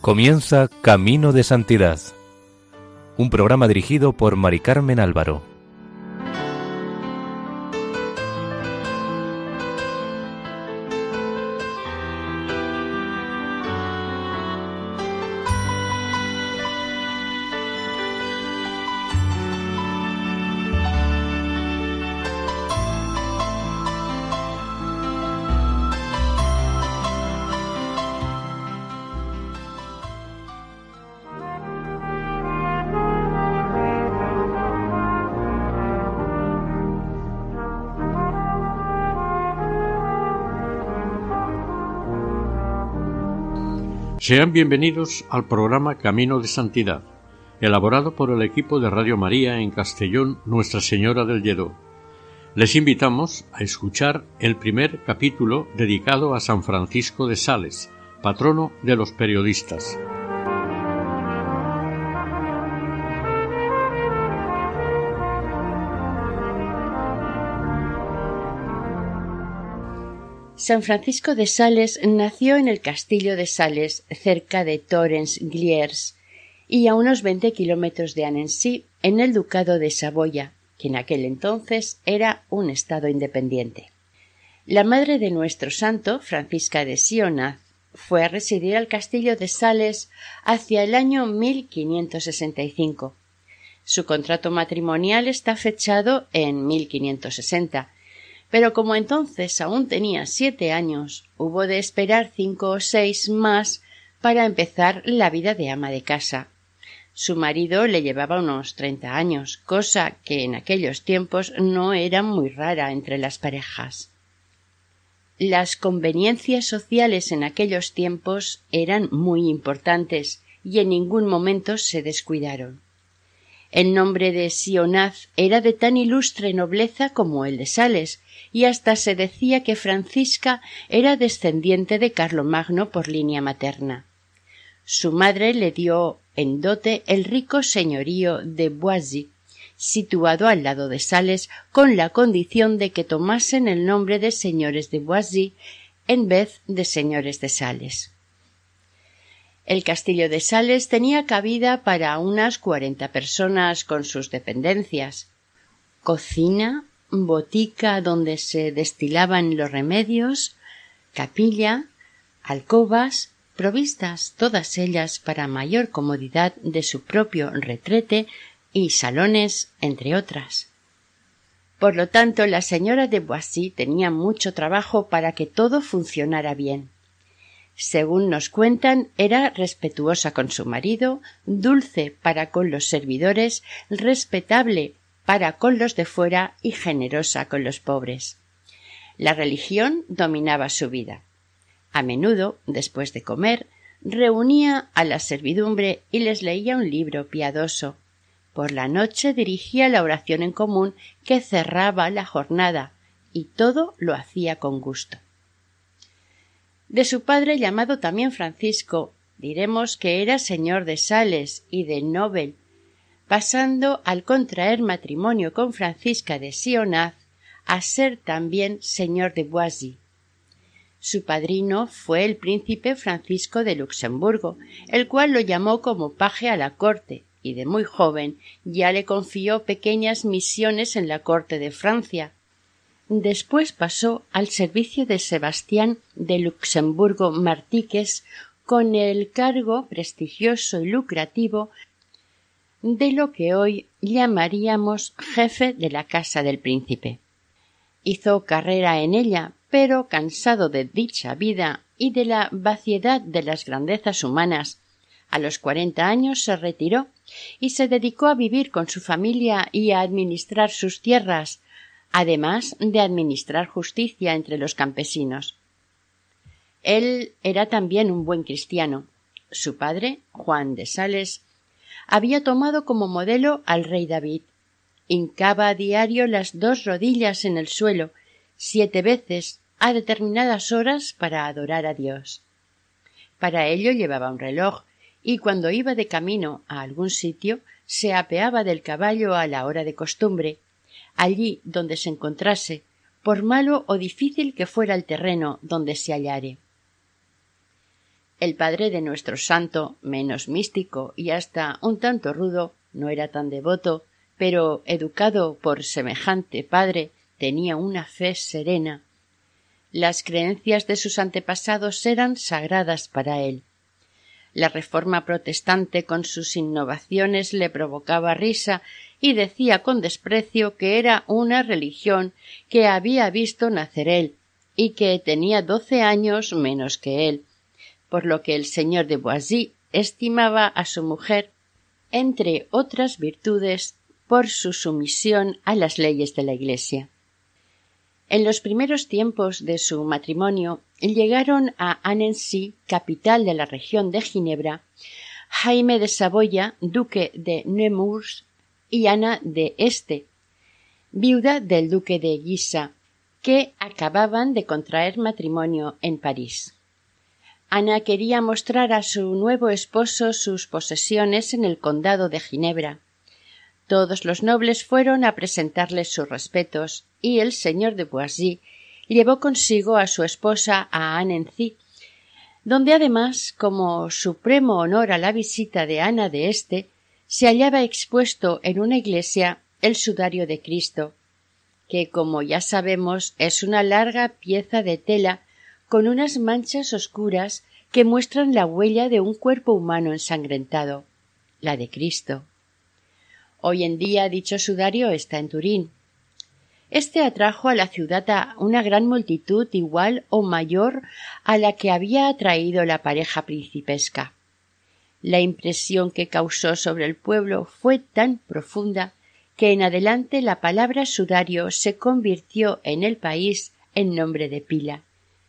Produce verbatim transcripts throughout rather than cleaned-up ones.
Comienza Camino de Santidad, un programa dirigido por Mari Carmen Álvaro. Sean bienvenidos al programa Camino de Santidad, elaborado por el equipo de Radio María en Castellón, Nuestra Señora del Lledó. Les invitamos a escuchar el primer capítulo dedicado a San Francisco de Sales, patrono de los periodistas. San Francisco de Sales nació en el castillo de Sales, cerca de Torrens-Gliers, y a unos veinte kilómetros de Annecy, en el ducado de Saboya, que en aquel entonces era un estado independiente. La madre de nuestro santo, Francisca de Sionaz, fue a residir al castillo de Sales hacia el año mil quinientos sesenta y cinco. Su contrato matrimonial está fechado en mil quinientos sesenta, pero como entonces aún tenía siete años, hubo de esperar cinco o seis más para empezar la vida de ama de casa. Su marido le llevaba unos treinta años, cosa que en aquellos tiempos no era muy rara entre las parejas. Las conveniencias sociales en aquellos tiempos eran muy importantes y en ningún momento se descuidaron. El nombre de Sionaz era de tan ilustre nobleza como el de Sales, y hasta se decía que Francisca era descendiente de Carlomagno por línea materna. Su madre le dio en dote el rico señorío de Boissy, situado al lado de Sales, con la condición de que tomasen el nombre de señores de Boissy en vez de señores de Sales. El castillo de Sales tenía cabida para unas cuarenta personas con sus dependencias, cocina, botica donde se destilaban los remedios, capilla, alcobas, provistas todas ellas para mayor comodidad de su propio retrete y salones, entre otras. Por lo tanto, la señora de Boissy tenía mucho trabajo para que todo funcionara bien. Según nos cuentan, era respetuosa con su marido, dulce para con los servidores, respetable para con los de fuera y generosa con los pobres. La religión dominaba su vida. A menudo, después de comer, reunía a la servidumbre y les leía un libro piadoso. Por la noche dirigía la oración en común que cerraba la jornada, y todo lo hacía con gusto. De su padre, llamado también Francisco, diremos que era señor de Sales y de Nobel, pasando al contraer matrimonio con Francisca de Sionaz a ser también señor de Boissy. Su padrino fue el príncipe Francisco de Luxemburgo, el cual lo llamó como paje a la corte, y de muy joven ya le confió pequeñas misiones en la corte de Francia. Después pasó al servicio de Sebastián de Luxemburgo Martíquez con el cargo prestigioso y lucrativo de lo que hoy llamaríamos jefe de la casa del príncipe. Hizo carrera en ella, pero cansado de dicha vida y de la vaciedad de las grandezas humanas, a los cuarenta años se retiró y se dedicó a vivir con su familia y a administrar sus tierras, además de administrar justicia entre los campesinos. Él era también un buen cristiano. Su padre, Juan de Sales, había tomado como modelo al rey David. Hincaba a diario las dos rodillas en el suelo, siete veces, a determinadas horas para adorar a Dios. Para ello llevaba un reloj, y cuando iba de camino a algún sitio se apeaba del caballo a la hora de costumbre, allí donde se encontrase, por malo o difícil que fuera el terreno donde se hallare. El padre de nuestro santo, menos místico y hasta un tanto rudo, no era tan devoto, pero educado por semejante padre, tenía una fe serena. Las creencias de sus antepasados eran sagradas para él. La reforma protestante con sus innovaciones le provocaba risa y decía con desprecio que era una religión que había visto nacer él y que tenía doce años menos que él, por lo que el señor de Boissy estimaba a su mujer, entre otras virtudes, por su sumisión a las leyes de la Iglesia. En los primeros tiempos de su matrimonio llegaron a Annecy, capital de la región de Ginebra, Jaime de Saboya, duque de Nemours, y Ana de Este, viuda del duque de Guisa, que acababan de contraer matrimonio en París. Ana quería mostrar a su nuevo esposo sus posesiones en el condado de Ginebra. Todos los nobles fueron a presentarles sus respetos, y el señor de Boissy llevó consigo a su esposa a Annecy, donde además, como supremo honor a la visita de Ana de Este, se hallaba expuesto en una iglesia el sudario de Cristo, que, como ya sabemos, es una larga pieza de tela con unas manchas oscuras que muestran la huella de un cuerpo humano ensangrentado, la de Cristo. Hoy en día dicho sudario está en Turín. Este atrajo a la ciudad a una gran multitud igual o mayor a la que había atraído la pareja principesca. La impresión que causó sobre el pueblo fue tan profunda que en adelante la palabra sudario se convirtió en el país en nombre de pila.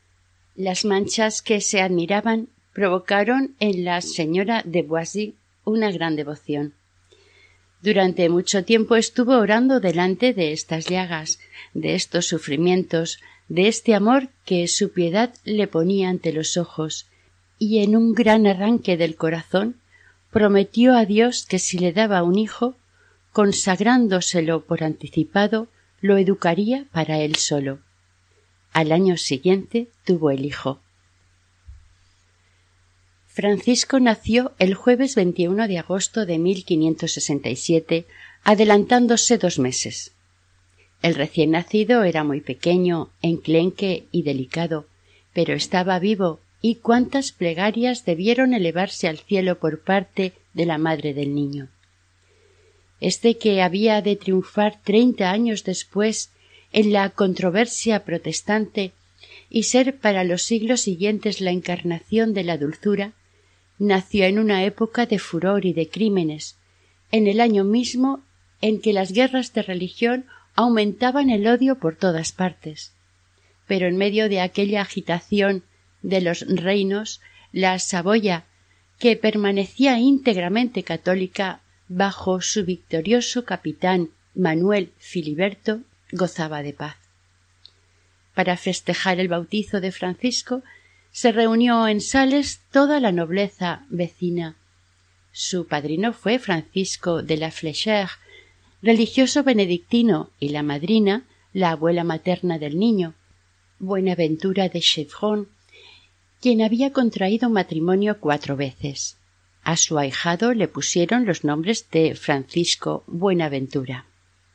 Las manchas que se admiraban provocaron en la señora de Boissy una gran devoción. Durante mucho tiempo estuvo orando delante de estas llagas, de estos sufrimientos, de este amor que su piedad le ponía ante los ojos, y en un gran arranque del corazón prometió a Dios que si le daba un hijo, consagrándoselo por anticipado, lo educaría para él solo. Al año siguiente tuvo el hijo. Francisco nació el jueves veintiuno de agosto de mil quinientos sesenta y siete, adelantándose dos meses. El recién nacido era muy pequeño, enclenque y delicado, pero estaba vivo, y cuántas plegarias debieron elevarse al cielo por parte de la madre del niño. Este que había de triunfar treinta años después en la controversia protestante y ser para los siglos siguientes la encarnación de la dulzura, nació en una época de furor y de crímenes, en el año mismo en que las guerras de religión aumentaban el odio por todas partes. Pero en medio de aquella agitación de los reinos, la Saboya, que permanecía íntegramente católica bajo su victorioso capitán Manuel Filiberto, gozaba de paz. Para festejar el bautizo de Francisco se reunió en Sales toda la nobleza vecina. Su padrino fue Francisco de la Fléchère, religioso benedictino, y la madrina, la abuela materna del niño, Buenaventura de Chevron, quien había contraído matrimonio cuatro veces. A su ahijado le pusieron los nombres de Francisco Buenaventura.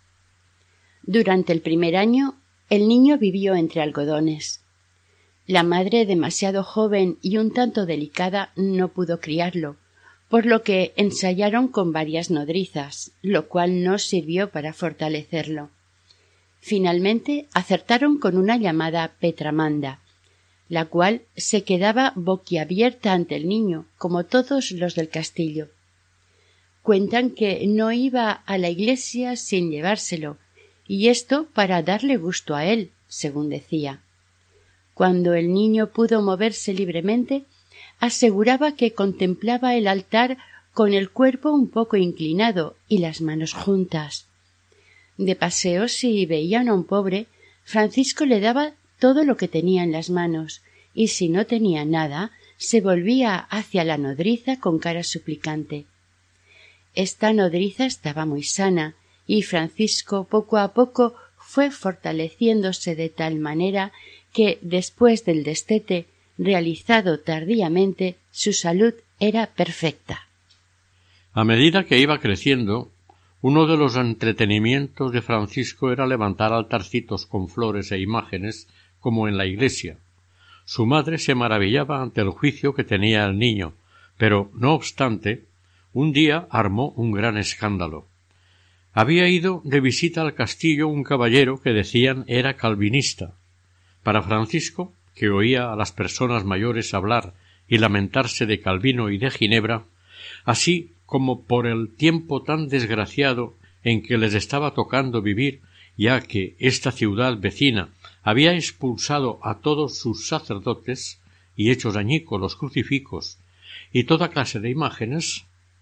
Durante el primer año, el niño vivió entre algodones. La madre, demasiado joven y un tanto delicada, no pudo criarlo, por lo que ensayaron con varias nodrizas, lo cual no sirvió para fortalecerlo. Finalmente acertaron con una llamada Petramanda, la cual se quedaba boquiabierta ante el niño, como todos los del castillo. Cuentan que no iba a la iglesia sin llevárselo, y esto para darle gusto a él, según decía. Cuando el niño pudo moverse libremente, aseguraba que contemplaba el altar con el cuerpo un poco inclinado y las manos juntas. De paseo, si veían a un pobre, Francisco le daba todo lo que tenía en las manos, y si no tenía nada, se volvía hacia la nodriza con cara suplicante. Esta nodriza estaba muy sana, y Francisco poco a poco fue fortaleciéndose de tal manera que, después del destete, realizado tardíamente, Su salud era perfecta. A medida que iba creciendo, uno de los entretenimientos de Francisco era levantar altarcitos con flores e imágenes, como en la iglesia. Su madre se maravillaba ante el juicio que tenía el niño, pero, no obstante, un día armó un gran escándalo. Había ido de visita al castillo un caballero que decían era calvinista. Para Francisco, que oía a las personas mayores hablar y lamentarse de Calvino y de Ginebra, así como por el tiempo tan desgraciado en que les estaba tocando vivir, ya que esta ciudad vecina había expulsado a todos sus sacerdotes y hecho añicos los crucifijos y toda clase de imágenes,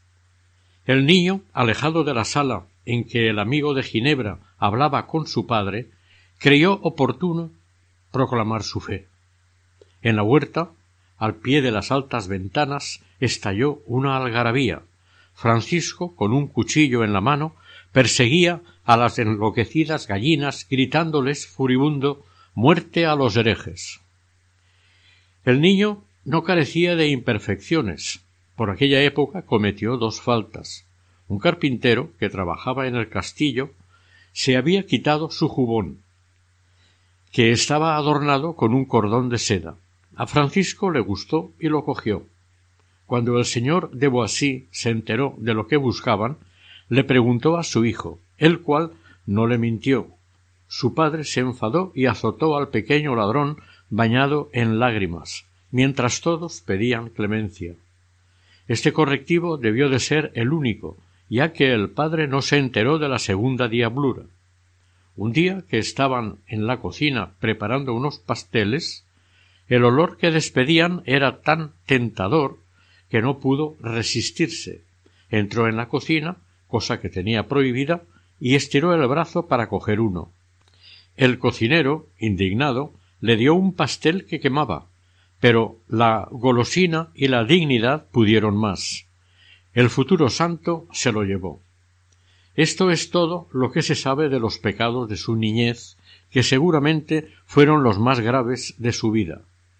el niño, alejado de la sala en que el amigo de Ginebra hablaba con su padre, creyó oportuno proclamar su fe. En la huerta, al pie de las altas ventanas, estalló una algarabía. Francisco, con un cuchillo en la mano, perseguía a las enloquecidas gallinas, gritándoles furibundo «¡Muerte a los herejes!». El niño no carecía de imperfecciones. Por aquella época cometió dos faltas. Un carpintero, que trabajaba en el castillo, se había quitado su jubón, que estaba adornado con un cordón de seda. A Francisco le gustó y lo cogió. Cuando el señor de Boissy se enteró de lo que buscaban, le preguntó a su hijo, el cual no le mintió. Su padre se enfadó y azotó al pequeño ladrón bañado en lágrimas, mientras todos pedían clemencia. Este correctivo debió de ser el único, ya que el padre no se enteró de la segunda diablura. Un día que estaban en la cocina preparando unos pasteles, el olor que despedían era tan tentador que no pudo resistirse. Entró en la cocina, cosa que tenía prohibida, y estiró el brazo para coger uno. El cocinero, indignado, le dio un pastel que quemaba, pero la golosina y la dignidad pudieron más. El futuro santo se lo llevó. Esto es todo lo que se sabe de los pecados de su niñez, que seguramente fueron los más graves de su vida.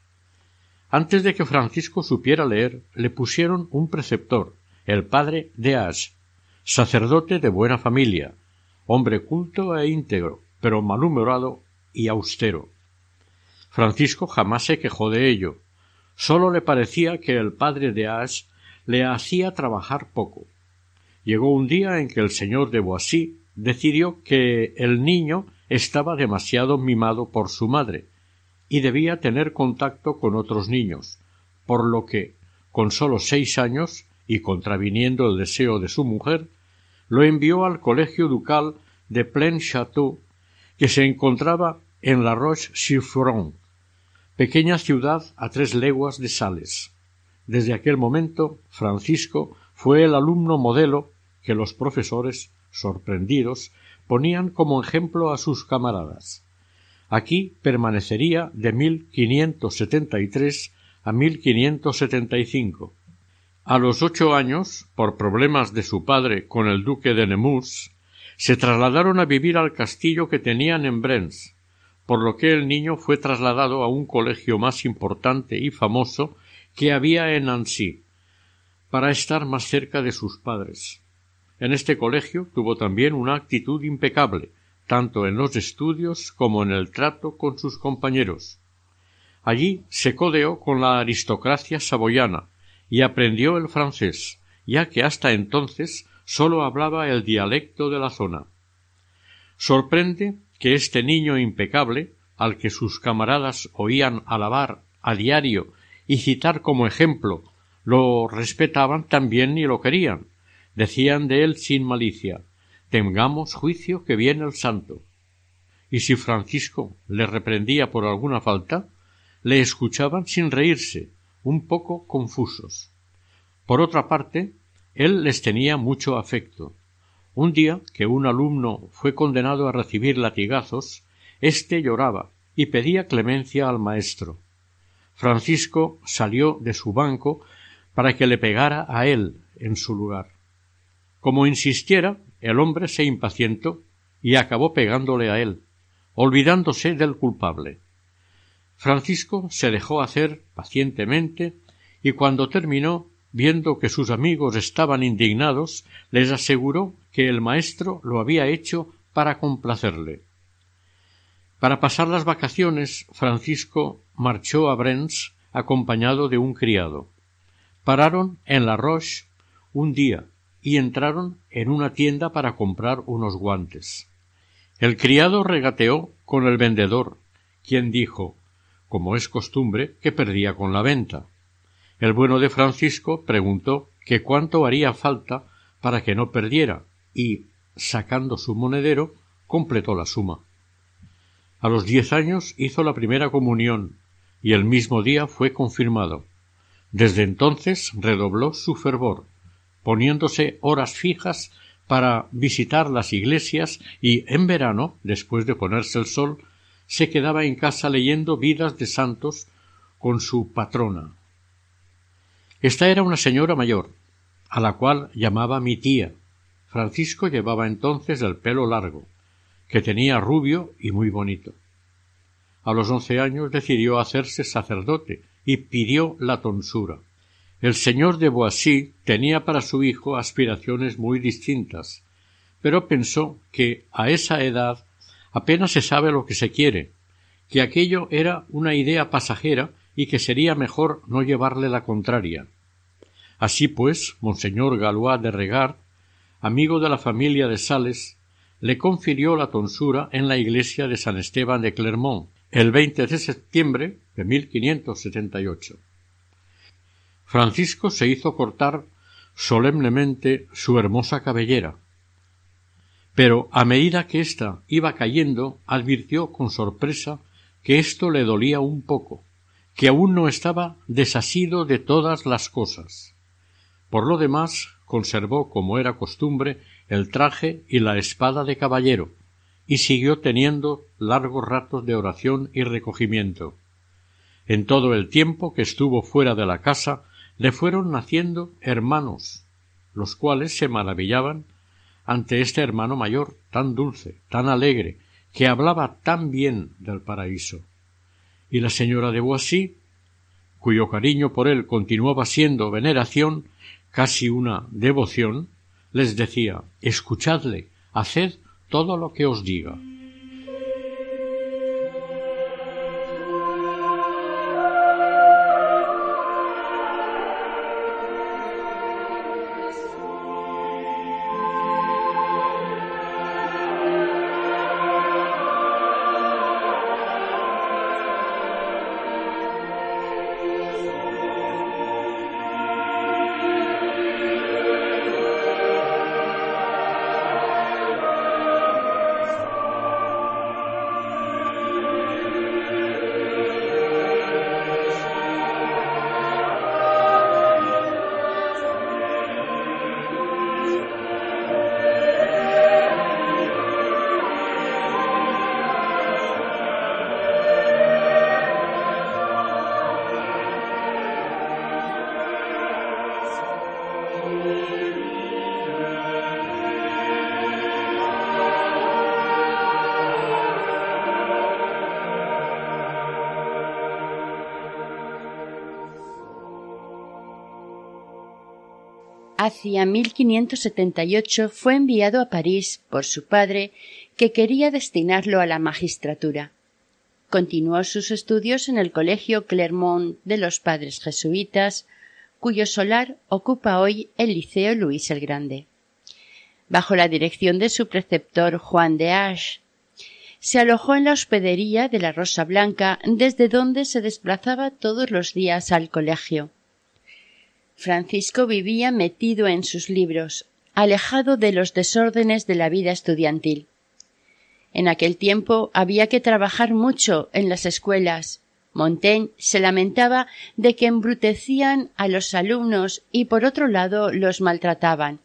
Antes de que Francisco supiera leer, le pusieron un preceptor, el padre de Age, sacerdote de buena familia, hombre culto e íntegro, pero malhumorado y austero. Francisco jamás se quejó de ello. Sólo le parecía que el padre de Age le hacía trabajar poco. Llegó un día en que el señor de Boissy decidió que el niño estaba demasiado mimado por su madre y debía tener contacto con otros niños, por lo que, con sólo seis años y contraviniendo el deseo de su mujer, lo envió al colegio ducal de Plain-Château, que se encontraba en La Roche-sur-Foron, pequeña ciudad a tres leguas de Sales. Desde aquel momento, Francisco fue el alumno modelo que los profesores, sorprendidos, ponían como ejemplo a sus camaradas. Aquí permanecería de mil quinientos setenta y tres a mil quinientos setenta y cinco. A los ocho años, por problemas de su padre con el duque de Nemours, se trasladaron a vivir al castillo que tenían en Brens, por lo que el niño fue trasladado a un colegio más importante y famoso que había en Nancy, para estar más cerca de sus padres. En este colegio tuvo también una actitud impecable, tanto en los estudios como en el trato con sus compañeros. Allí se codeó con la aristocracia saboyana y aprendió el francés, ya que hasta entonces sólo hablaba el dialecto de la zona. Sorprende que este niño impecable, al que sus camaradas oían alabar a diario y citar como ejemplo, lo respetaban también y lo querían. Decían de él sin malicia: «Tengamos juicio que viene el santo». Y si Francisco le reprendía por alguna falta, le escuchaban sin reírse, un poco confusos. Por otra parte, él les tenía mucho afecto. Un día que un alumno fue condenado a recibir latigazos, éste lloraba y pedía clemencia al maestro. Francisco salió de su banco para que le pegara a él en su lugar. Como insistiera, el hombre se impacientó y acabó pegándole a él, olvidándose del culpable. Francisco se dejó hacer pacientemente y cuando terminó, viendo que sus amigos estaban indignados, les aseguró que el maestro lo había hecho para complacerle. Para pasar las vacaciones, Francisco marchó a Brens acompañado de un criado. Pararon en La Roche un día y entraron en una tienda para comprar unos guantes. El criado regateó con el vendedor, quien dijo, como es costumbre, que perdía con la venta. El bueno de Francisco preguntó que cuánto haría falta para que no perdiera y, sacando su monedero, completó la suma. A los diez años hizo la primera comunión y el mismo día fue confirmado. Desde entonces redobló su fervor, poniéndose horas fijas para visitar las iglesias y en verano, después de ponerse el sol, se quedaba en casa leyendo vidas de santos con su patrona. Esta era una señora mayor, a la cual llamaba mi tía. Francisco llevaba entonces el pelo largo, que tenía rubio y muy bonito. A los once años decidió hacerse sacerdote y pidió la tonsura. El señor de Boissy tenía para su hijo aspiraciones muy distintas, pero pensó que a esa edad apenas se sabe lo que se quiere, que aquello era una idea pasajera y que sería mejor no llevarle la contraria. Así pues, monseñor Galois de Regard, amigo de la familia de Sales, le confirió la tonsura en la iglesia de San Esteban de Clermont, el veinte de septiembre de mil quinientos setenta y ocho. Francisco se hizo cortar solemnemente su hermosa cabellera, pero a medida que ésta iba cayendo, advirtió con sorpresa que esto le dolía un poco, que aún no estaba desasido de todas las cosas. Por lo demás, conservó, como era costumbre, el traje y la espada de caballero, y siguió teniendo largos ratos de oración y recogimiento. En todo el tiempo que estuvo fuera de la casa, le fueron naciendo hermanos, los cuales se maravillaban ante este hermano mayor, tan dulce, tan alegre, que hablaba tan bien del paraíso. Y la señora de Boissy, cuyo cariño por él continuaba siendo veneración, casi una devoción, les decía, escuchadle, haced todo lo que os diga. Hacia mil quinientos setenta y ocho fue enviado a París por su padre, que quería destinarlo a la magistratura. Continuó sus estudios en el colegio Clermont de los padres jesuitas, cuyo solar ocupa hoy el Liceo Luis el Grande. Bajo la dirección de su preceptor Juan de Ache, se alojó en la hospedería de la Rosa Blanca, desde donde se desplazaba todos los días al colegio. Francisco vivía metido en sus libros, alejado de los desórdenes de la vida estudiantil. En aquel tiempo había que trabajar mucho en las escuelas. Montaigne se lamentaba de que embrutecían a los alumnos y por otro lado los maltrataban.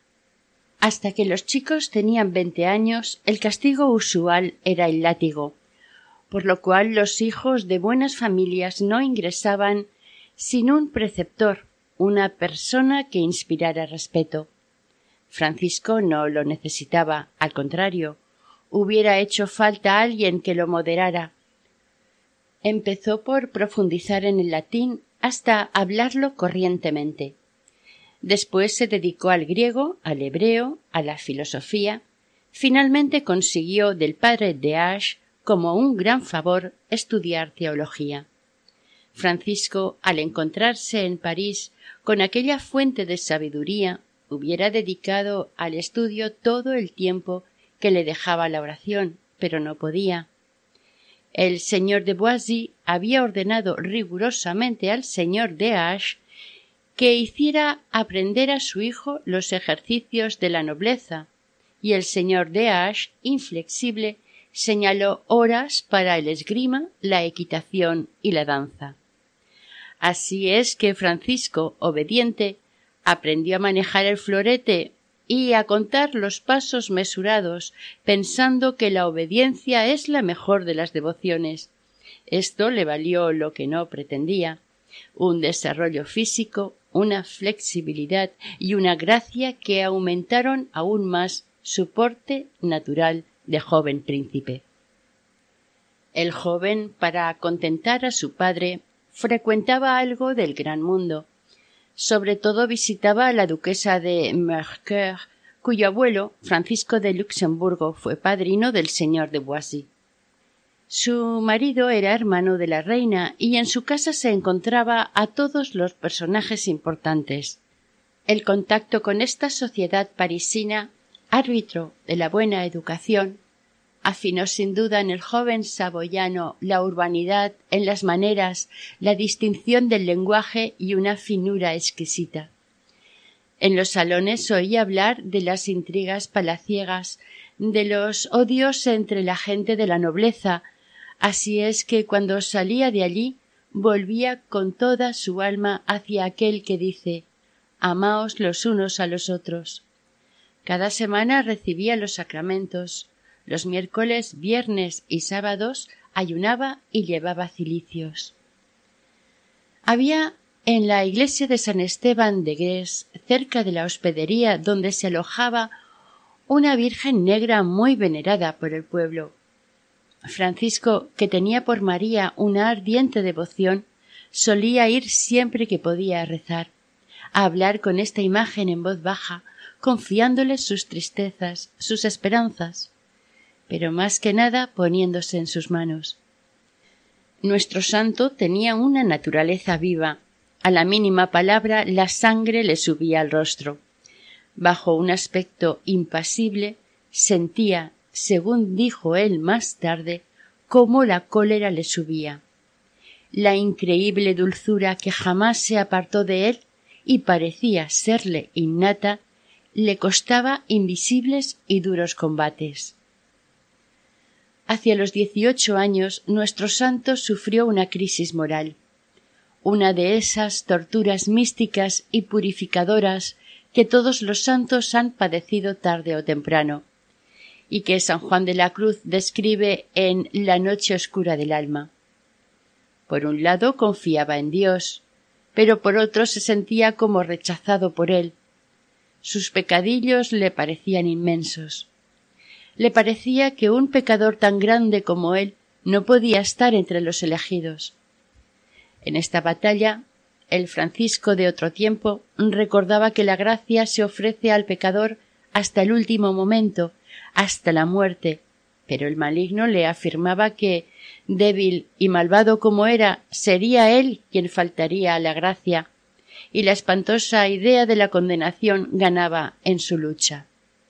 Hasta que los chicos tenían veinte años, el castigo usual era el látigo, por lo cual los hijos de buenas familias no ingresaban sin un preceptor, una persona que inspirara respeto. Francisco no lo necesitaba, al contrario, hubiera hecho falta alguien que lo moderara. Empezó por profundizar en el latín hasta hablarlo corrientemente. Después se dedicó al griego, al hebreo, a la filosofía. Finalmente consiguió del padre de Ash, como un gran favor, estudiar teología. Francisco, al encontrarse en París con aquella fuente de sabiduría, hubiera dedicado al estudio todo el tiempo que le dejaba la oración, pero no podía. El señor de Boissy había ordenado rigurosamente al señor de Ash que hiciera aprender a su hijo los ejercicios de la nobleza, y el señor de Ash, inflexible, señaló horas para el esgrima, la equitación y la danza. Así es que Francisco, obediente, aprendió a manejar el florete y a contar los pasos mesurados, pensando que la obediencia es la mejor de las devociones. Esto le valió lo que no pretendía, un desarrollo físico, una flexibilidad y una gracia que aumentaron aún más su porte natural de joven príncipe. El joven, para contentar a su padre, frecuentaba algo del gran mundo. Sobre todo visitaba a la duquesa de Mercœur, cuyo abuelo, Francisco de Luxemburgo, fue padrino del señor de Boissy. Su marido era hermano de la reina y en su casa se encontraba a todos los personajes importantes. El contacto con esta sociedad parisina, árbitro de la buena educación, afinó sin duda en el joven saboyano la urbanidad en las maneras, la distinción del lenguaje y una finura exquisita. En los salones oía hablar de las intrigas palaciegas, de los odios entre la gente de la nobleza. Así es que cuando salía de allí volvía con toda su alma hacia aquel que dice: «Amaos los unos a los otros». Cada semana recibía los sacramentos. Los miércoles, viernes y sábados ayunaba y llevaba cilicios. Había en la iglesia de San Esteban de Gres, cerca de la hospedería donde se alojaba, una virgen negra muy venerada por el pueblo. Francisco, que tenía por María una ardiente devoción, solía ir siempre que podía a rezar, a hablar con esta imagen en voz baja, confiándole sus tristezas, sus esperanzas, pero más que nada poniéndose en sus manos. Nuestro santo tenía una naturaleza viva. A la mínima palabra la sangre le subía al rostro. Bajo un aspecto impasible sentía, según dijo él más tarde, cómo la cólera le subía. La increíble dulzura que jamás se apartó de él y parecía serle innata, le costaba invisibles y duros combates. Hacia los dieciocho años nuestro santo sufrió una crisis moral, una de esas torturas místicas y purificadoras que todos los santos han padecido tarde o temprano, y que San Juan de la Cruz describe en La noche oscura del alma. Por un lado confiaba en Dios, pero por otro se sentía como rechazado por él. Sus pecadillos le parecían inmensos. Le parecía que un pecador tan grande como él no podía estar entre los elegidos. En esta batalla, el Francisco de otro tiempo recordaba que la gracia se ofrece al pecador hasta el último momento, hasta la muerte, pero el maligno le afirmaba que, débil y malvado como era, sería él quien faltaría a la gracia, y la espantosa idea de la condenación ganaba en su lucha.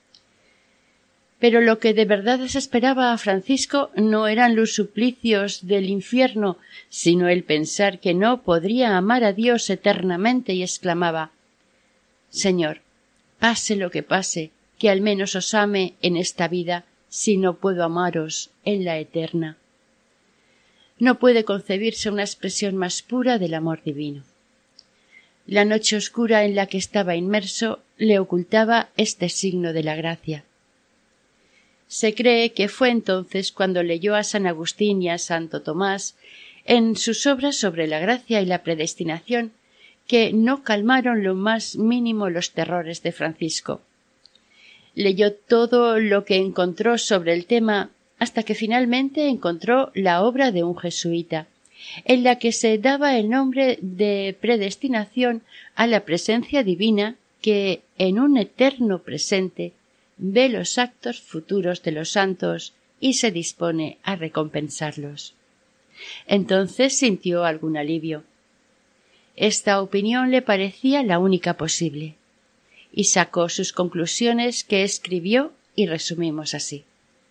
Pero lo que de verdad desesperaba a Francisco no eran los suplicios del infierno, sino el pensar que no podría amar a Dios eternamente, y exclamaba: «Señor, pase lo que pase, que al menos os ame en esta vida, si no puedo amaros en la eterna». No puede concebirse una expresión más pura del amor divino. La noche oscura en la que estaba inmerso le ocultaba este signo de la gracia. Se cree que fue entonces cuando leyó a San Agustín y a Santo Tomás en sus obras sobre la gracia y la predestinación, que no calmaron lo más mínimo los terrores de Francisco. Leyó todo lo que encontró sobre el tema hasta que finalmente encontró la obra de un jesuita, en la que se daba el nombre de predestinación a la presencia divina que, en un eterno presente, ve los actos futuros de los santos y se dispone a recompensarlos. Entonces sintió algún alivio. Esta opinión le parecía la única posible, y sacó sus conclusiones, que escribió y resumimos así.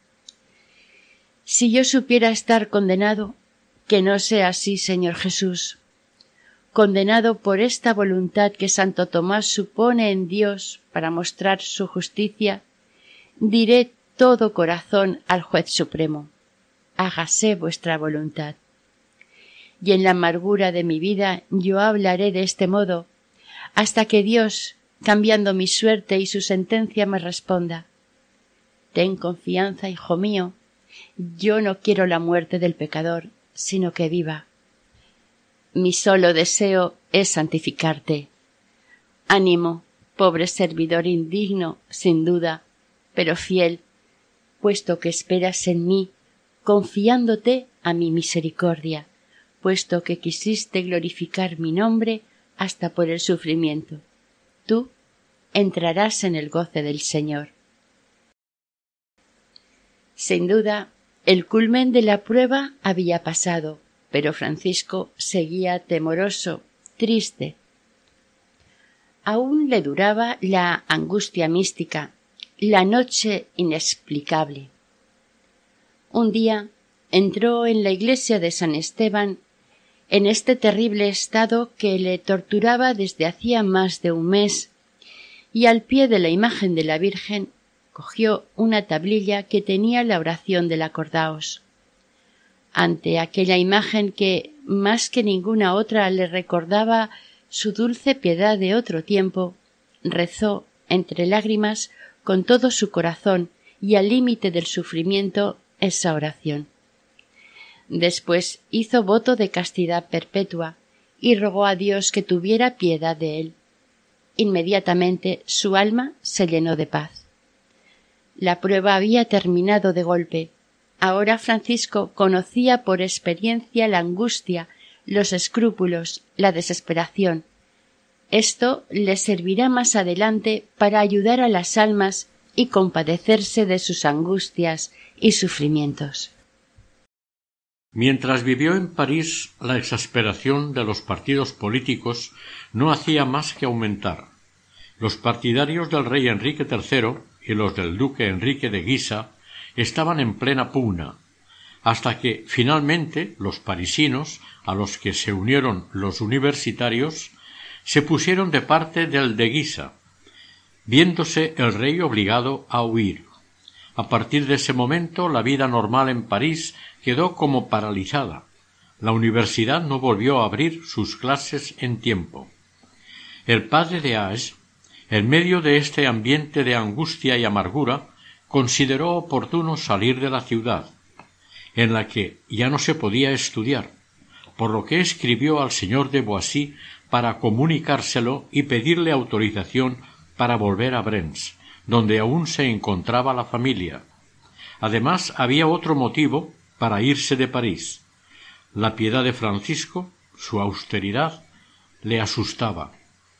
Si yo supiera estar condenado, que no sea así, Señor Jesús. Condenado por esta voluntad que Santo Tomás supone en Dios para mostrar su justicia, diré todo corazón al Juez Supremo: hágase vuestra voluntad. Y en la amargura de mi vida yo hablaré de este modo, hasta que Dios, cambiando mi suerte y su sentencia, me responda: ten confianza, hijo mío, yo no quiero la muerte del pecador, sino que viva. Mi solo deseo es santificarte. Ánimo, pobre servidor indigno, sin duda, pero fiel, puesto que esperas en mí, confiándote a mi misericordia, puesto que quisiste glorificar mi nombre hasta por el sufrimiento. Tú entrarás en el goce del Señor. Sin duda, el culmen de la prueba había pasado, pero Francisco seguía temoroso, triste. Aún le duraba la angustia mística, la noche inexplicable. Un día entró en la iglesia de San Esteban en este terrible estado que le torturaba desde hacía más de un mes, y al pie de la imagen de la Virgen cogió una tablilla que tenía la oración del acordaos. Ante aquella imagen que, más que ninguna otra, le recordaba su dulce piedad de otro tiempo, rezó, entre lágrimas, con todo su corazón y al límite del sufrimiento, esa oración. Después hizo voto de castidad perpetua y rogó a Dios que tuviera piedad de él. Inmediatamente su alma se llenó de paz. La prueba había terminado de golpe. Ahora Francisco conocía por experiencia la angustia, los escrúpulos, la desesperación. Esto le servirá más adelante para ayudar a las almas y compadecerse de sus angustias y sufrimientos. Mientras vivió en París, la exasperación de los partidos políticos no hacía más que aumentar. Los partidarios del rey Enrique tercero y los del duque Enrique de Guisa estaban en plena pugna, hasta que finalmente los parisinos, a los que se unieron los universitarios, se pusieron de parte del de Guisa, viéndose el rey obligado a huir. A partir de ese momento la vida normal en París quedó como paralizada. La universidad no volvió a abrir sus clases en tiempo. El padre de Age, en medio de este ambiente de angustia y amargura, consideró oportuno salir de la ciudad, en la que ya no se podía estudiar, por lo que escribió al señor de Boissy para comunicárselo y pedirle autorización para volver a Brens, donde aún se encontraba la familia. Además, había otro motivo para irse de París. La piedad de Francisco, su austeridad, le asustaba.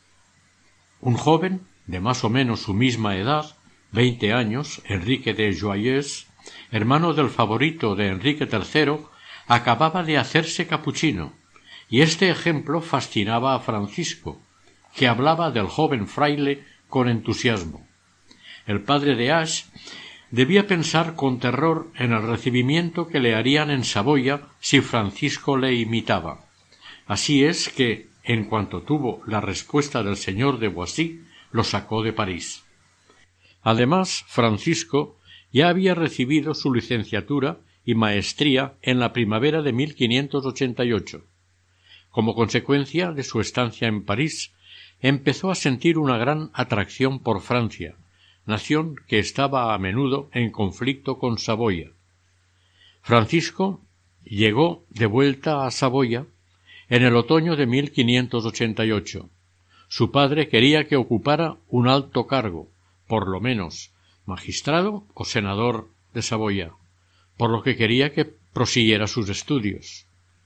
Un joven, de más o menos su misma edad, veinte años, Enrique de Joyeuse, hermano del favorito de Enrique tercero, acababa de hacerse capuchino, y este ejemplo fascinaba a Francisco, que hablaba del joven fraile con entusiasmo. El padre de Age debía pensar con terror en el recibimiento que le harían en Saboya si Francisco le imitaba. Así es que, en cuanto tuvo la respuesta del señor de Boissy, lo sacó de París. Además, Francisco ya había recibido su licenciatura y maestría en la primavera de mil quinientos ochenta y ocho. Como consecuencia de su estancia en París, empezó a sentir una gran atracción por Francia, nación que estaba a menudo en conflicto con Saboya. Francisco llegó de vuelta a Saboya en el otoño de mil quinientos ochenta y ocho. Su padre quería que ocupara un alto cargo, por lo menos magistrado o senador de Saboya, por lo que quería que prosiguiera sus estudios.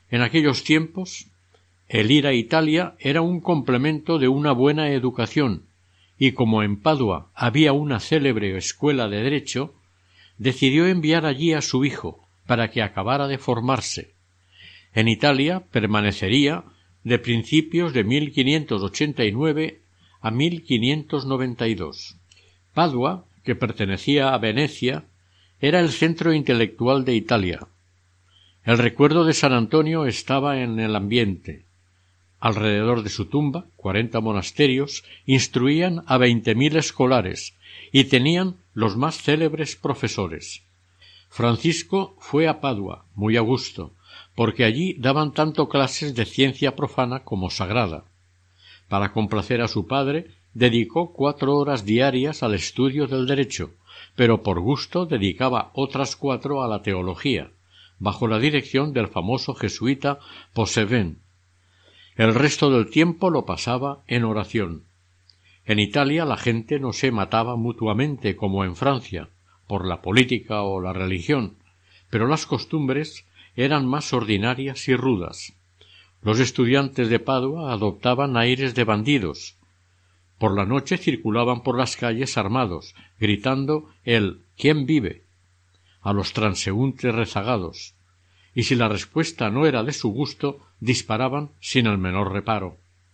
En aquellos tiempos, el ir a Italia era un complemento de una buena educación, y como en Padua había una célebre escuela de derecho, decidió enviar allí a su hijo para que acabara de formarse. En Italia permanecería de principios de mil quinientos ochenta y nueve a mil quinientos noventa y dos. Padua, que pertenecía a Venecia, era el centro intelectual de Italia. El recuerdo de San Antonio estaba en el ambiente. Alrededor de su tumba, cuarenta monasterios instruían a veinte mil escolares y tenían los más célebres profesores. Francisco fue a Padua, muy a gusto, porque allí daban tanto clases de ciencia profana como sagrada. Para complacer a su padre, dedicó cuatro horas diarias al estudio del derecho, pero por gusto dedicaba otras cuatro a la teología, bajo la dirección del famoso jesuita Possevin. El resto del tiempo lo pasaba en oración. En Italia la gente no se mataba mutuamente como en Francia, por la política o la religión, pero las costumbres eran más ordinarias y rudas. Los estudiantes de Padua adoptaban aires de bandidos. Por la noche circulaban por las calles armados, gritando el «¿Quién vive?», a los transeúntes rezagados, y si la respuesta no era de su gusto, disparaban sin el menor reparo.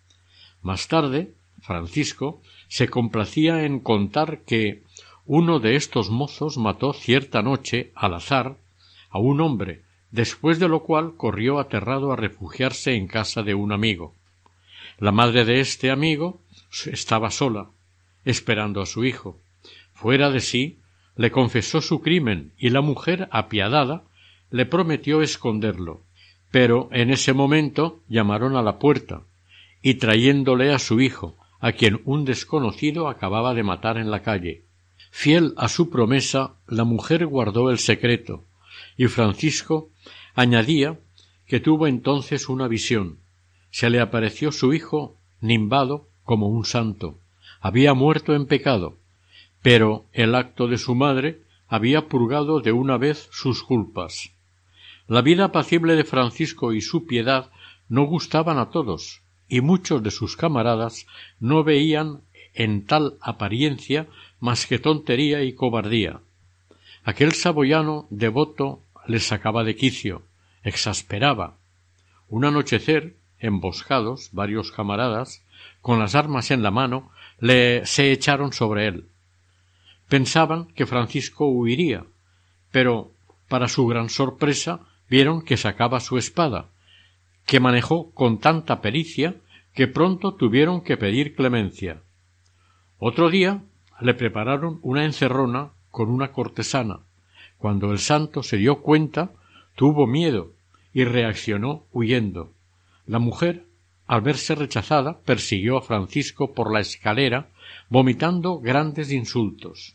Más tarde, Francisco se complacía en contar que uno de estos mozos mató cierta noche, al azar, a un hombre, después de lo cual corrió aterrado a refugiarse en casa de un amigo. La madre de este amigo estaba sola, esperando a su hijo. Fuera de sí, le confesó su crimen y la mujer, apiadada, le prometió esconderlo. Pero en ese momento llamaron a la puerta y trayéndole a su hijo, a quien un desconocido acababa de matar en la calle. Fiel a su promesa, la mujer guardó el secreto, y Francisco añadía que tuvo entonces una visión. Se le apareció su hijo nimbado como un santo. Había muerto en pecado, pero el acto de su madre había purgado de una vez sus culpas. La vida apacible de Francisco y su piedad no gustaban a todos, y muchos de sus camaradas no veían en tal apariencia más que tontería y cobardía. Aquel saboyano devoto les sacaba de quicio, exasperaba. Un anochecer, emboscados, varios camaradas, con las armas en la mano, le se echaron sobre él. Pensaban que Francisco huiría, pero, para su gran sorpresa, vieron que sacaba su espada, que manejó con tanta pericia que pronto tuvieron que pedir clemencia. Otro día le prepararon una encerrona con una cortesana. Cuando el santo se dio cuenta, tuvo miedo y reaccionó huyendo. La mujer, al verse rechazada, persiguió a Francisco por la escalera, vomitando grandes insultos.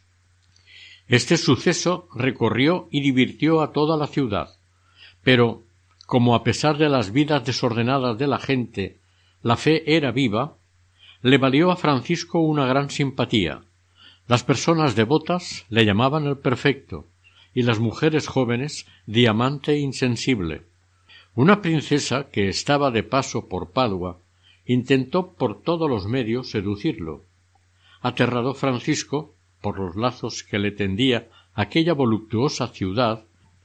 Este suceso recorrió y divirtió a toda la ciudad, pero, como a pesar de las vidas desordenadas de la gente, la fe era viva, le valió a Francisco una gran simpatía. Las personas devotas le llamaban el perfecto, y las mujeres jóvenes diamante insensible. Una princesa que estaba de paso por Padua intentó por todos los medios seducirlo. Aterrado Francisco, por los lazos que le tendía aquella voluptuosa ciudad,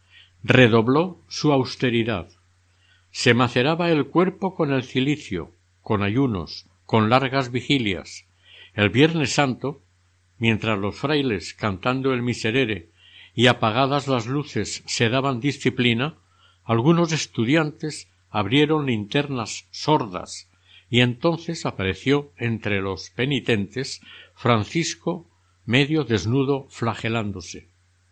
redobló su austeridad. Se maceraba el cuerpo con el cilicio, con ayunos, con largas vigilias. El Viernes Santo, mientras los frailes, cantando el Miserere y apagadas las luces, se daban disciplina, algunos estudiantes abrieron linternas sordas, y entonces apareció entre los penitentes Francisco medio desnudo flagelándose.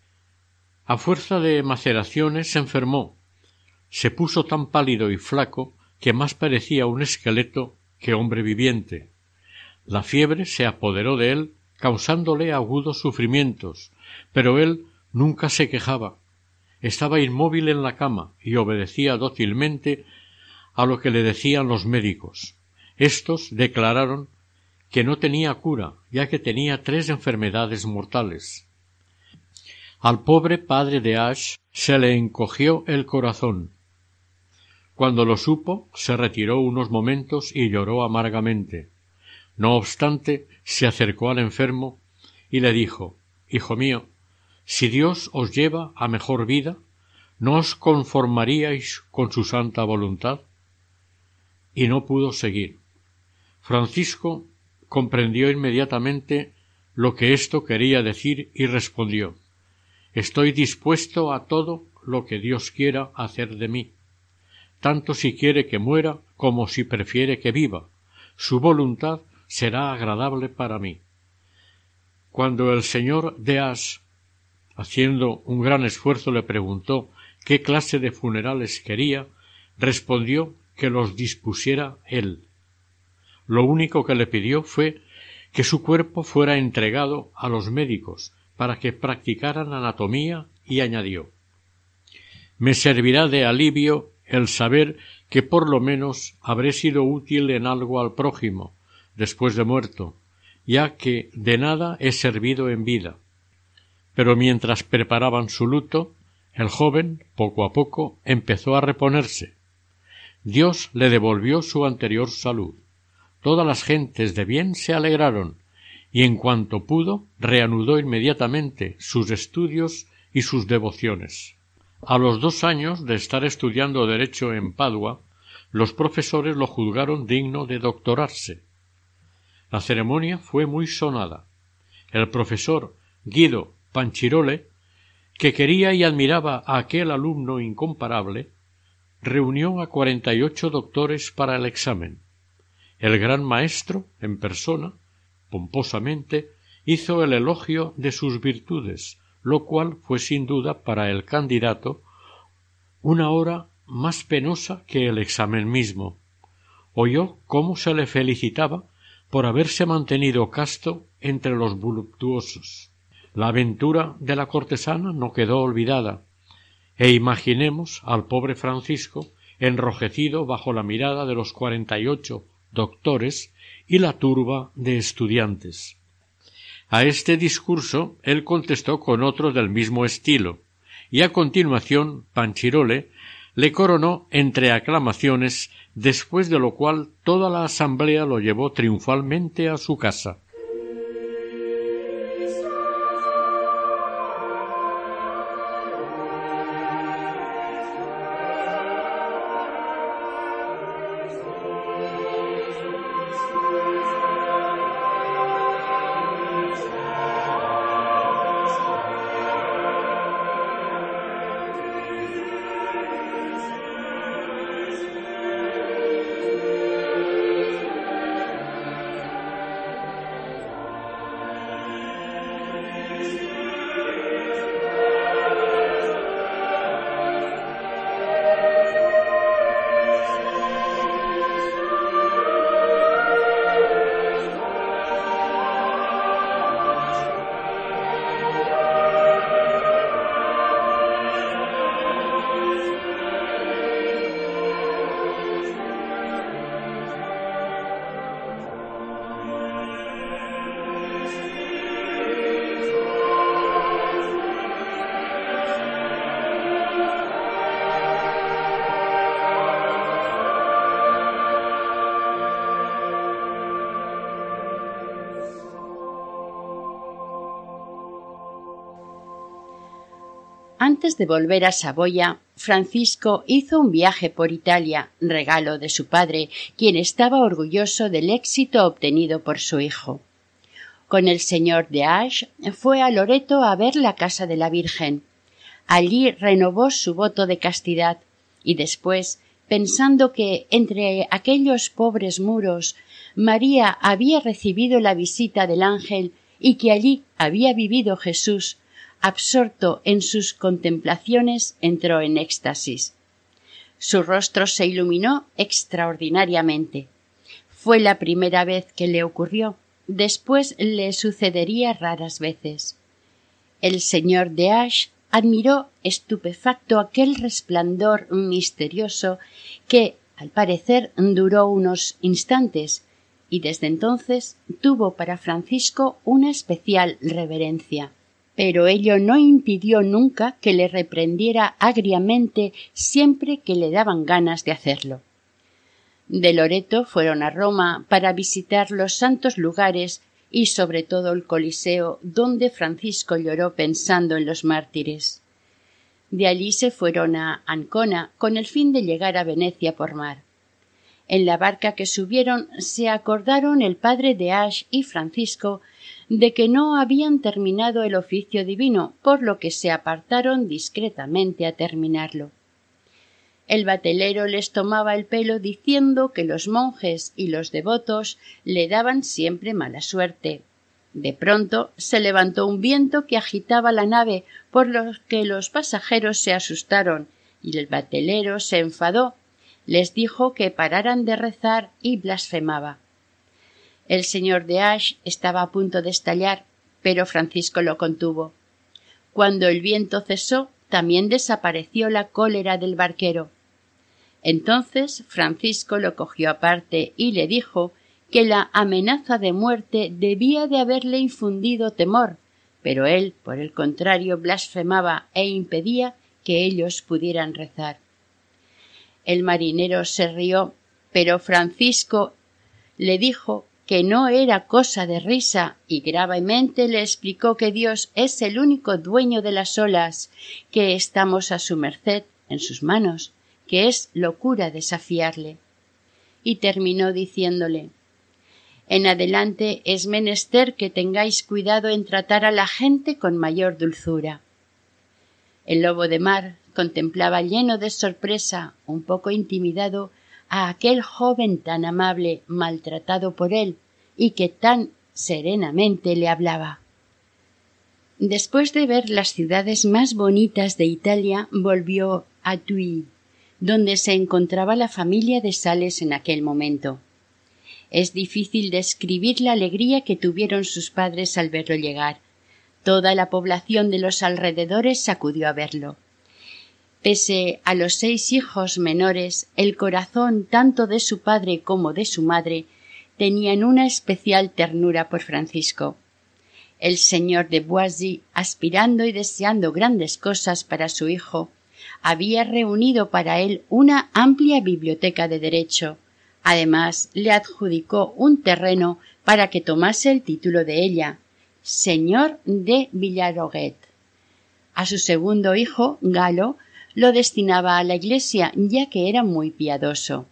A fuerza de maceraciones se enfermó. Se puso tan pálido y flaco que más parecía un esqueleto que hombre viviente. La fiebre se apoderó de él, causándole agudos sufrimientos, pero él nunca se quejaba. Estaba inmóvil en la cama y obedecía dócilmente a lo que le decían los médicos. Estos declararon que no tenía cura, ya que tenía tres enfermedades mortales. Al pobre padre de Ash se le encogió el corazón. Cuando lo supo, se retiró unos momentos y lloró amargamente. No obstante, se acercó al enfermo y le dijo: Hijo mío, si Dios os lleva a mejor vida, ¿no os conformaríais con su santa voluntad? Y no pudo seguir. Francisco comprendió inmediatamente lo que esto quería decir y respondió: Estoy dispuesto a todo lo que Dios quiera hacer de mí, tanto si quiere que muera como si prefiere que viva. Su voluntad será agradable para mí. Cuando el señor de As, haciendo un gran esfuerzo, le preguntó qué clase de funerales quería, respondió que los dispusiera él. Lo único que le pidió fue que su cuerpo fuera entregado a los médicos para que practicaran anatomía, y añadió: Me servirá de alivio el saber que por lo menos habré sido útil en algo al prójimo después de muerto, ya que de nada he servido en vida. Pero mientras preparaban su luto, el joven, poco a poco, empezó a reponerse. Dios le devolvió su anterior salud. Todas las gentes de bien se alegraron, y en cuanto pudo, reanudó inmediatamente sus estudios y sus devociones. A los dos años de estar estudiando Derecho en Padua, los profesores lo juzgaron digno de doctorarse. La ceremonia fue muy sonada. El profesor Guido Panchirole, que quería y admiraba a aquel alumno incomparable, reunió a cuarenta y ocho doctores para el examen. El gran maestro, en persona, pomposamente, hizo el elogio de sus virtudes, lo cual fue sin duda para el candidato una hora más penosa que el examen mismo. Oyó cómo se le felicitaba por haberse mantenido casto entre los voluptuosos. La aventura de la cortesana no quedó olvidada, e imaginemos al pobre Francisco enrojecido bajo la mirada de los cuarenta y ocho doctores y la turba de estudiantes. A este discurso él contestó con otro del mismo estilo, y a continuación Panchirole le coronó entre aclamaciones, después de lo cual toda la asamblea lo llevó triunfalmente a su casa. Antes de volver a Saboya, Francisco hizo un viaje por Italia, regalo de su padre, quien estaba orgulloso del éxito obtenido por su hijo. Con el señor de Ache fue a Loreto a ver la casa de la Virgen. Allí renovó su voto de castidad y después, pensando que entre aquellos pobres muros María había recibido la visita del ángel y que allí había vivido Jesús, absorto en sus contemplaciones, entró en éxtasis. Su rostro se iluminó extraordinariamente. Fue la primera vez que le ocurrió, después le sucedería raras veces. El señor de Ache admiró estupefacto aquel resplandor misterioso que, al parecer, duró unos instantes, y desde entonces tuvo para Francisco una especial reverencia. pero ello no impidió nunca que le reprendiera agriamente siempre que le daban ganas de hacerlo. De Loreto fueron a Roma para visitar los santos lugares y sobre todo el Coliseo, donde Francisco lloró pensando en los mártires. De allí se fueron a Ancona con el fin de llegar a Venecia por mar. En la barca que subieron se acordaron el padre de Ash y Francisco de que no habían terminado el oficio divino, por lo que se apartaron discretamente a terminarlo. El batelero les tomaba el pelo diciendo que los monjes y los devotos le daban siempre mala suerte. De pronto se levantó un viento que agitaba la nave, por lo que los pasajeros se asustaron y el batelero se enfadó. Les dijo que pararan de rezar y blasfemaba. El señor de Ash estaba a punto de estallar, pero Francisco lo contuvo. Cuando el viento cesó, también desapareció la cólera del barquero. Entonces Francisco lo cogió aparte y le dijo que la amenaza de muerte debía de haberle infundido temor, pero él, por el contrario, blasfemaba e impedía que ellos pudieran rezar. El marinero se rió, pero Francisco le dijo que no era cosa de risa y gravemente le explicó que Dios es el único dueño de las olas, que estamos a su merced, en sus manos, que es locura desafiarle. Y terminó diciéndole: en adelante es menester que tengáis cuidado en tratar a la gente con mayor dulzura. El lobo de mar contemplaba lleno de sorpresa, un poco intimidado, a aquel joven tan amable, maltratado por él, y que tan serenamente le hablaba. Después de ver las ciudades más bonitas de Italia, volvió a Tuy, donde se encontraba la familia de Sales en aquel momento. Es difícil describir la alegría que tuvieron sus padres al verlo llegar. Toda la población de los alrededores acudió a verlo. Pese a los seis hijos menores, el corazón tanto de su padre como de su madre tenían una especial ternura por Francisco. El señor de Boissy, aspirando y deseando grandes cosas para su hijo, había reunido para él una amplia biblioteca de derecho. Además, le adjudicó un terreno para que tomase el título de ella, señor de Villaroget. A su segundo hijo, Galo, lo destinaba a la iglesia, ya que era muy piadoso.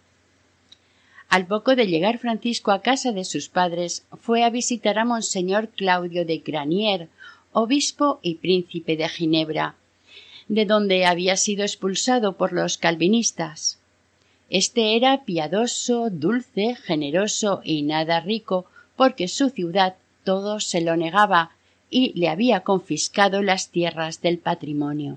Al poco de llegar Francisco a casa de sus padres, fue a visitar a Monseñor Claudio de Granier, obispo y príncipe de Ginebra, de donde había sido expulsado por los calvinistas. Este era piadoso, dulce, generoso y nada rico, porque su ciudad todo se lo negaba y le había confiscado las tierras del patrimonio.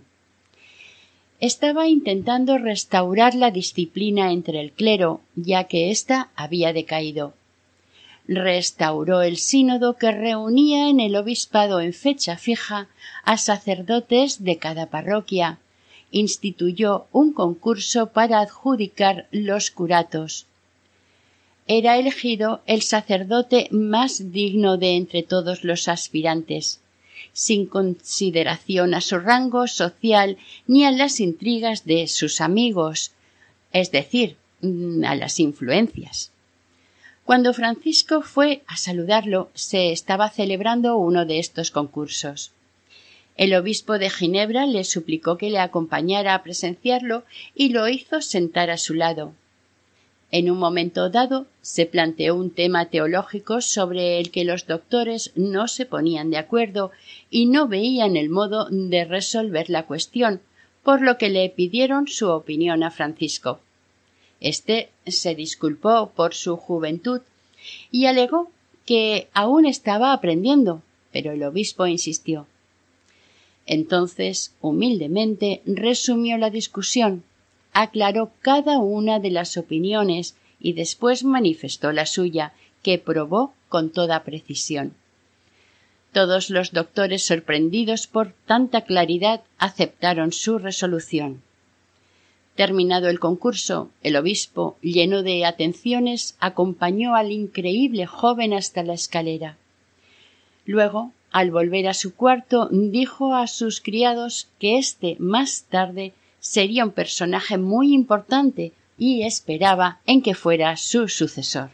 Estaba intentando restaurar la disciplina entre el clero, ya que ésta había decaído. Restauró el sínodo que reunía en el obispado en fecha fija a sacerdotes de cada parroquia. Instituyó un concurso para adjudicar los curatos. Era elegido el sacerdote más digno de entre todos los aspirantes, sin consideración a su rango social ni a las intrigas de sus amigos, es decir, a las influencias. Cuando Francisco fue a saludarlo, se estaba celebrando uno de estos concursos. El obispo de Ginebra le suplicó que le acompañara a presenciarlo y lo hizo sentar a su lado. En un momento dado se planteó un tema teológico sobre el que los doctores no se ponían de acuerdo y no veían el modo de resolver la cuestión, por lo que le pidieron su opinión a Francisco. Este se disculpó por su juventud y alegó que aún estaba aprendiendo, pero el obispo insistió. Entonces, humildemente, resumió la discusión, aclaró cada una de las opiniones y después manifestó la suya, que probó con toda precisión. Todos los doctores, sorprendidos por tanta claridad, aceptaron su resolución. Terminado el concurso, el obispo, lleno de atenciones, acompañó al increíble joven hasta la escalera. Luego Al volver a su cuarto, dijo a sus criados que éste más tarde sería un personaje muy importante y esperaba en que fuera su sucesor.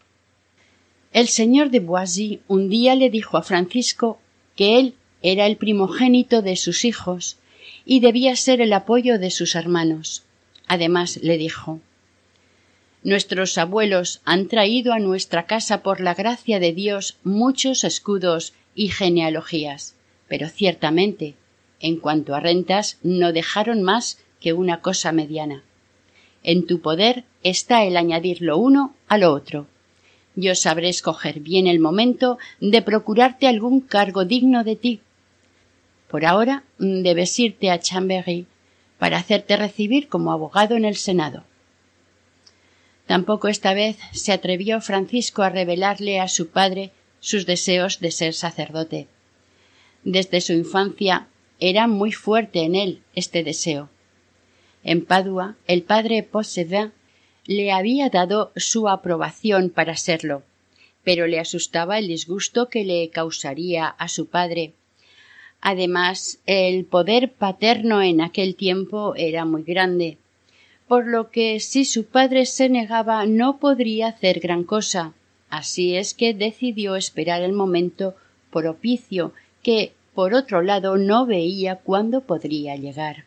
El señor de Boissy un día le dijo a Francisco que él era el primogénito de sus hijos y debía ser el apoyo de sus hermanos. Además le dijo: «Nuestros abuelos han traído a nuestra casa por la gracia de Dios muchos escudos y genealogías, pero ciertamente, en cuanto a rentas, no dejaron más que una cosa mediana. En tu poder está el añadir lo uno a lo otro. Yo sabré escoger bien el momento de procurarte algún cargo digno de ti. Por ahora debes irte a Chambéry para hacerte recibir como abogado en el Senado». Tampoco esta vez se atrevió Francisco a revelarle a su padre sus deseos de ser sacerdote. Desde su infancia era muy fuerte en él este deseo. En Padua, el padre Possevin le había dado su aprobación para serlo, pero le asustaba el disgusto que le causaría a su padre. Además, el poder paterno en aquel tiempo era muy grande, por lo que si su padre se negaba no podría hacer gran cosa. Así es que decidió esperar el momento propicio, que, por otro lado, no veía cuándo podría llegar.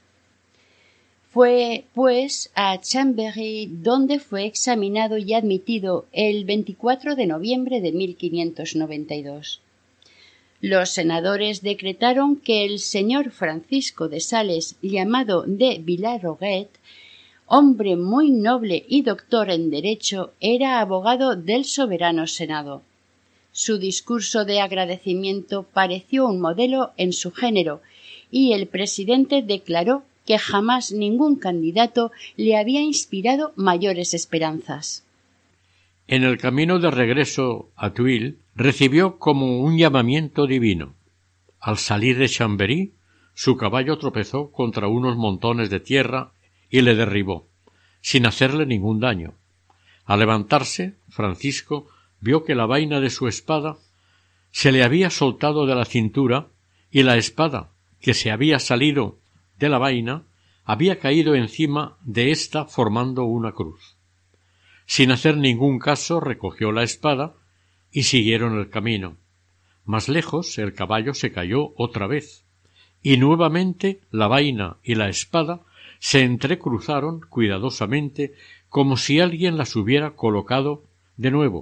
Fue, pues, a Chambéry, donde fue examinado y admitido el veinticuatro de noviembre de mil quinientos noventa y dos. Los senadores decretaron que el señor Francisco de Sales, llamado de Villaroget, hombre muy noble y doctor en derecho, era abogado del soberano Senado. Su discurso de agradecimiento pareció un modelo en su género, y el presidente declaró que jamás ningún candidato le había inspirado mayores esperanzas. En el camino de regreso a Tuile recibió como un llamamiento divino. Al salir de Chambéry, su caballo tropezó contra unos montones de tierra y le derribó, sin hacerle ningún daño. Al levantarse, Francisco vio que la vaina de su espada se le había soltado de la cintura y la espada, que se había salido de la vaina, había caído encima de ésta formando una cruz. Sin hacer ningún caso, recogió la espada y siguieron el camino. Más lejos, el caballo se cayó otra vez, y nuevamente la vaina y la espada se entrecruzaron cuidadosamente como si alguien las hubiera colocado de nuevo.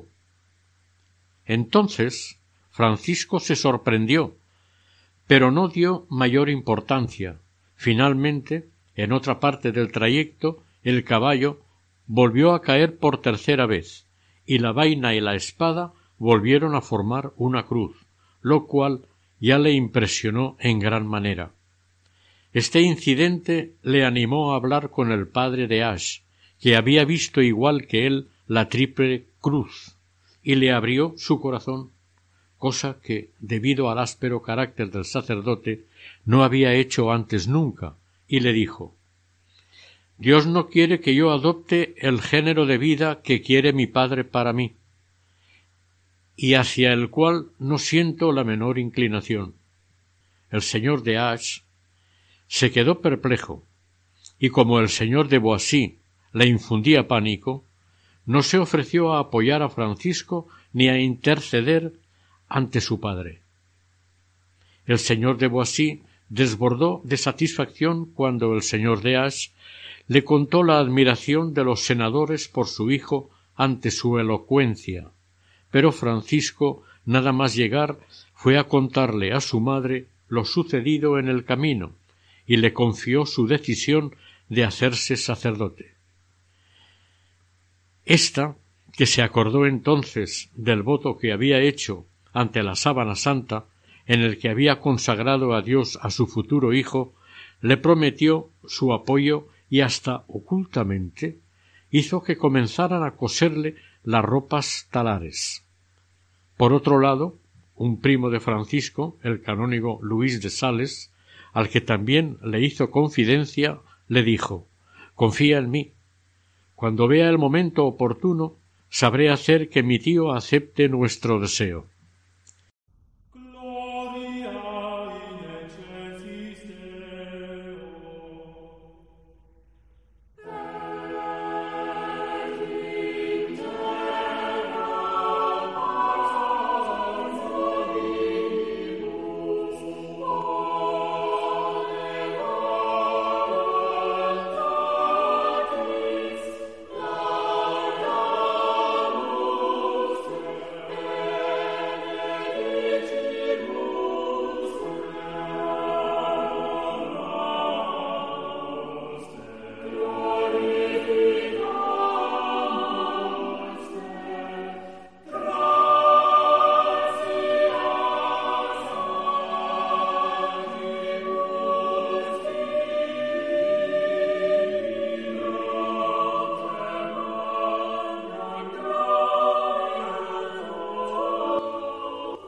Entonces Francisco se sorprendió, pero no dio mayor importancia. Finalmente, en otra parte del trayecto, el caballo volvió a caer por tercera vez, y la vaina y la espada volvieron a formar una cruz, lo cual ya le impresionó en gran manera. Este incidente le animó a hablar con el padre de Ash, que había visto igual que él la triple cruz, y le abrió su corazón, cosa que, debido al áspero carácter del sacerdote, no había hecho antes nunca, y le dijo: «Dios no quiere que yo adopte el género de vida que quiere mi padre para mí, y hacia el cual no siento la menor inclinación». El señor de Ash se quedó perplejo, y como el señor de Boissy le infundía pánico, no se ofreció a apoyar a Francisco ni a interceder ante su padre. El señor de Boissy desbordó de satisfacción cuando el señor de Ash le contó la admiración de los senadores por su hijo ante su elocuencia, pero Francisco, nada más llegar, fue a contarle a su madre lo sucedido en el camino, y le confió su decisión de hacerse sacerdote. Esta, que se acordó entonces del voto que había hecho ante la sábana santa, en el que había consagrado a Dios a su futuro hijo, le prometió su apoyo y hasta ocultamente hizo que comenzaran a coserle las ropas talares. Por otro lado, un primo de Francisco, el canónigo Luis de Sales, al que también le hizo confidencia, le dijo: «Confía en mí. Cuando vea el momento oportuno, sabré hacer que mi tío acepte nuestro deseo».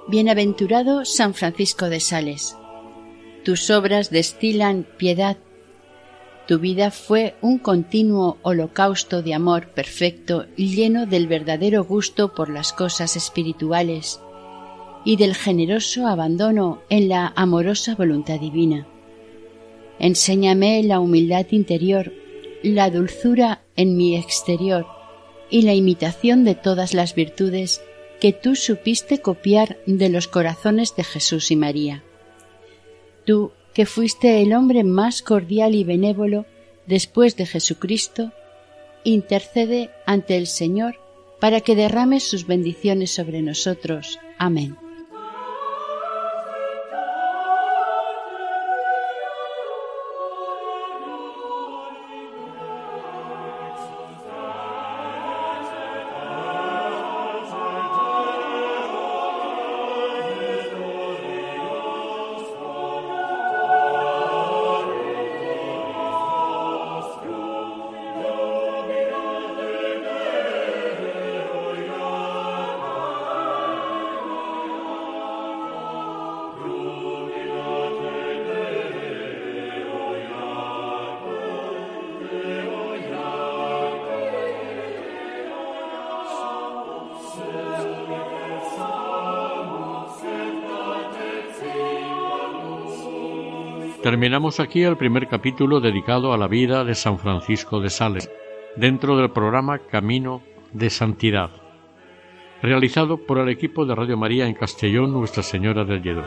Bienaventurado San Francisco de Sales. Tus obras destilan piedad. Tu vida fue un continuo holocausto de amor perfecto y lleno del verdadero gusto por las cosas espirituales y del generoso abandono en la amorosa voluntad divina. Enséñame la humildad interior, la dulzura en mi exterior y la imitación de todas las virtudes que tú supiste copiar de los corazones de Jesús y María. Tú, que fuiste el hombre más cordial y benévolo después de Jesucristo, intercede ante el Señor para que derrame sus bendiciones sobre nosotros. Amén. Terminamos aquí el primer capítulo dedicado a la vida de San Francisco de Sales, dentro del programa Camino de Santidad, realizado por el equipo de Radio María en Castellón, Nuestra Señora del Lledó.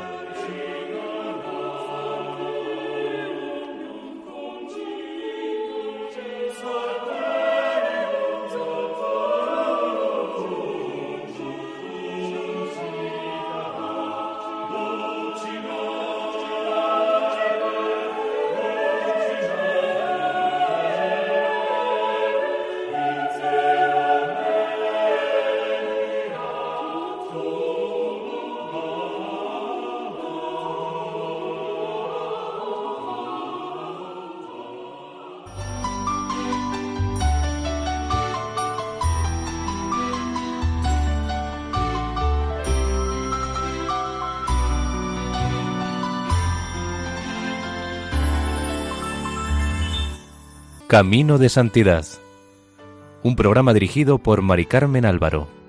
Camino de Santidad, un programa dirigido por Mari Carmen Álvaro.